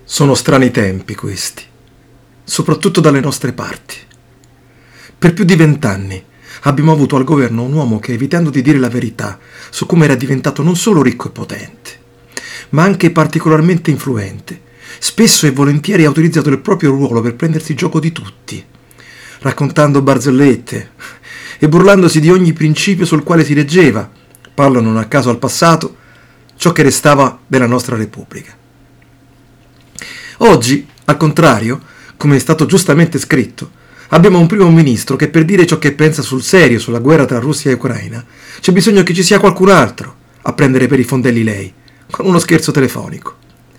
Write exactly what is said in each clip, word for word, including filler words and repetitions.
Sono strani tempi questi, soprattutto dalle nostre parti. Per più di vent'anni abbiamo avuto al governo un uomo che, evitando di dire la verità su come era diventato non solo ricco e potente, ma anche particolarmente influente, spesso e volentieri ha utilizzato il proprio ruolo per prendersi gioco di tutti, raccontando barzellette e burlandosi di ogni principio sul quale si reggeva, parlo non a caso al passato, ciò che restava della nostra Repubblica. Oggi, al contrario, come è stato giustamente scritto, abbiamo un primo ministro che, per dire ciò che pensa sul serio sulla guerra tra Russia e Ucraina, c'è bisogno che ci sia qualcun altro a prendere per i fondelli lei, con uno scherzo telefonico.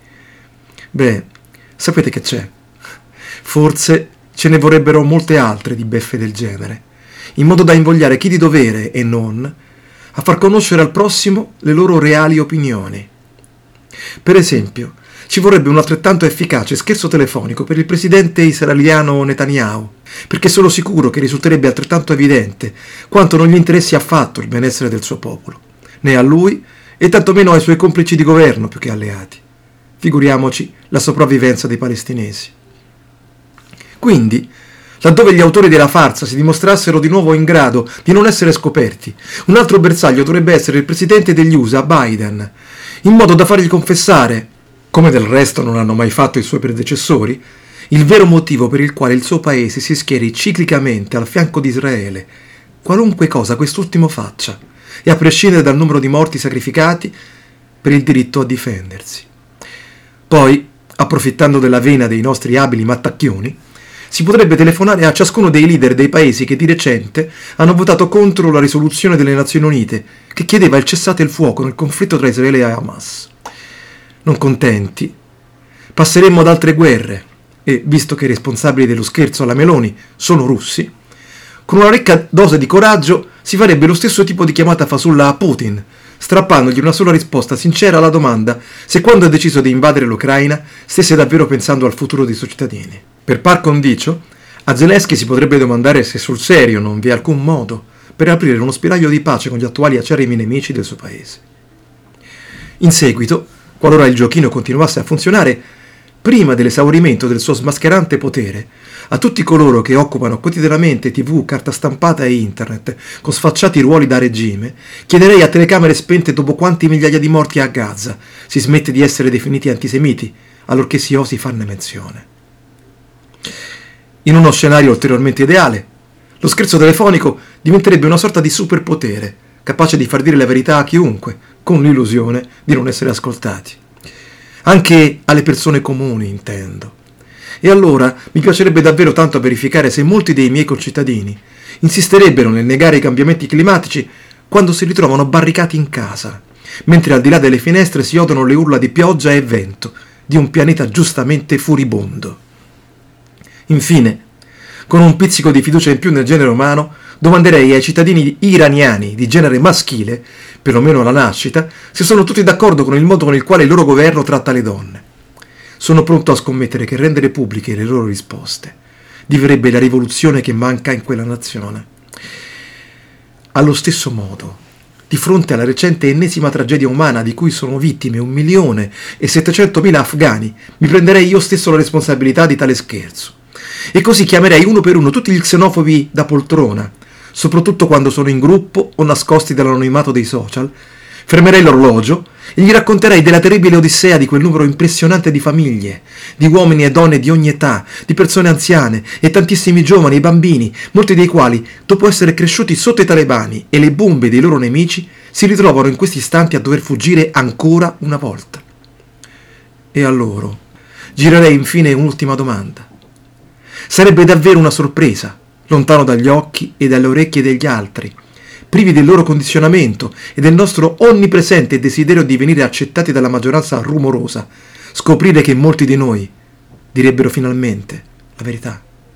Beh, sapete che c'è? Forse ce ne vorrebbero molte altre di beffe del genere, in modo da invogliare chi di dovere e non a far conoscere al prossimo le loro reali opinioni. Per esempio, ci vorrebbe un altrettanto efficace scherzo telefonico per il presidente israeliano Netanyahu, perché sono sicuro che risulterebbe altrettanto evidente quanto non gli interessi affatto il benessere del suo popolo, né a lui e tantomeno ai suoi complici di governo più che alleati. Figuriamoci la sopravvivenza dei palestinesi. Quindi, laddove gli autori della farsa si dimostrassero di nuovo in grado di non essere scoperti, un altro bersaglio dovrebbe essere il presidente degli U S A, Biden, in modo da fargli confessare, come del resto non hanno mai fatto i suoi predecessori, il vero motivo per il quale il suo paese si schieri ciclicamente al fianco di Israele, qualunque cosa quest'ultimo faccia, e a prescindere dal numero di morti sacrificati, per il diritto a difendersi. Poi, approfittando della vena dei nostri abili mattacchioni, si potrebbe telefonare a ciascuno dei leader dei paesi che di recente hanno votato contro la risoluzione delle Nazioni Unite che chiedeva il cessate il fuoco nel conflitto tra Israele e Hamas. Non contenti, passeremmo ad altre guerre e, visto che i responsabili dello scherzo alla Meloni sono russi, con una ricca dose di coraggio si farebbe lo stesso tipo di chiamata fasulla a Putin, strappandogli una sola risposta sincera alla domanda se quando ha deciso di invadere l'Ucraina stesse davvero pensando al futuro dei suoi cittadini. Per par condicio, a Zelensky si potrebbe domandare se sul serio non vi è alcun modo per aprire uno spiraglio di pace con gli attuali acerrimi nemici del suo paese. In seguito, qualora il giochino continuasse a funzionare, prima dell'esaurimento del suo smascherante potere, a tutti coloro che occupano quotidianamente tivù, carta stampata e internet con sfacciati ruoli da regime, chiederei a telecamere spente dopo quanti migliaia di morti a Gaza si smette di essere definiti antisemiti, allorché si osi farne menzione. In uno scenario ulteriormente ideale, lo scherzo telefonico diventerebbe una sorta di superpotere, capace di far dire la verità a chiunque, con l'illusione di non essere ascoltati. Anche alle persone comuni, intendo. E allora mi piacerebbe davvero tanto verificare se molti dei miei concittadini insisterebbero nel negare i cambiamenti climatici quando si ritrovano barricati in casa, mentre al di là delle finestre si odono le urla di pioggia e vento di un pianeta giustamente furibondo. Infine, con un pizzico di fiducia in più nel genere umano, domanderei ai cittadini iraniani di genere maschile, perlomeno alla nascita, se sono tutti d'accordo con il modo con il quale il loro governo tratta le donne. Sono pronto a scommettere che rendere pubbliche le loro risposte diverrebbe la rivoluzione che manca in quella nazione. Allo stesso modo, di fronte alla recente ennesima tragedia umana di cui sono vittime un milione e settecentomila afghani, mi prenderei io stesso la responsabilità di tale scherzo. E così chiamerei uno per uno tutti gli xenofobi da poltrona, soprattutto quando sono in gruppo o nascosti dall'anonimato dei social, fermerei l'orologio e gli racconterei della terribile odissea di quel numero impressionante di famiglie, di uomini e donne di ogni età, di persone anziane e tantissimi giovani e bambini, molti dei quali, dopo essere cresciuti sotto i talebani e le bombe dei loro nemici, si ritrovano in questi istanti a dover fuggire ancora una volta. E a loro girerei infine un'ultima domanda. Sarebbe davvero una sorpresa, lontano dagli occhi e dalle orecchie degli altri, privi del loro condizionamento e del nostro onnipresente desiderio di venire accettati dalla maggioranza rumorosa, scoprire che molti di noi direbbero finalmente la verità.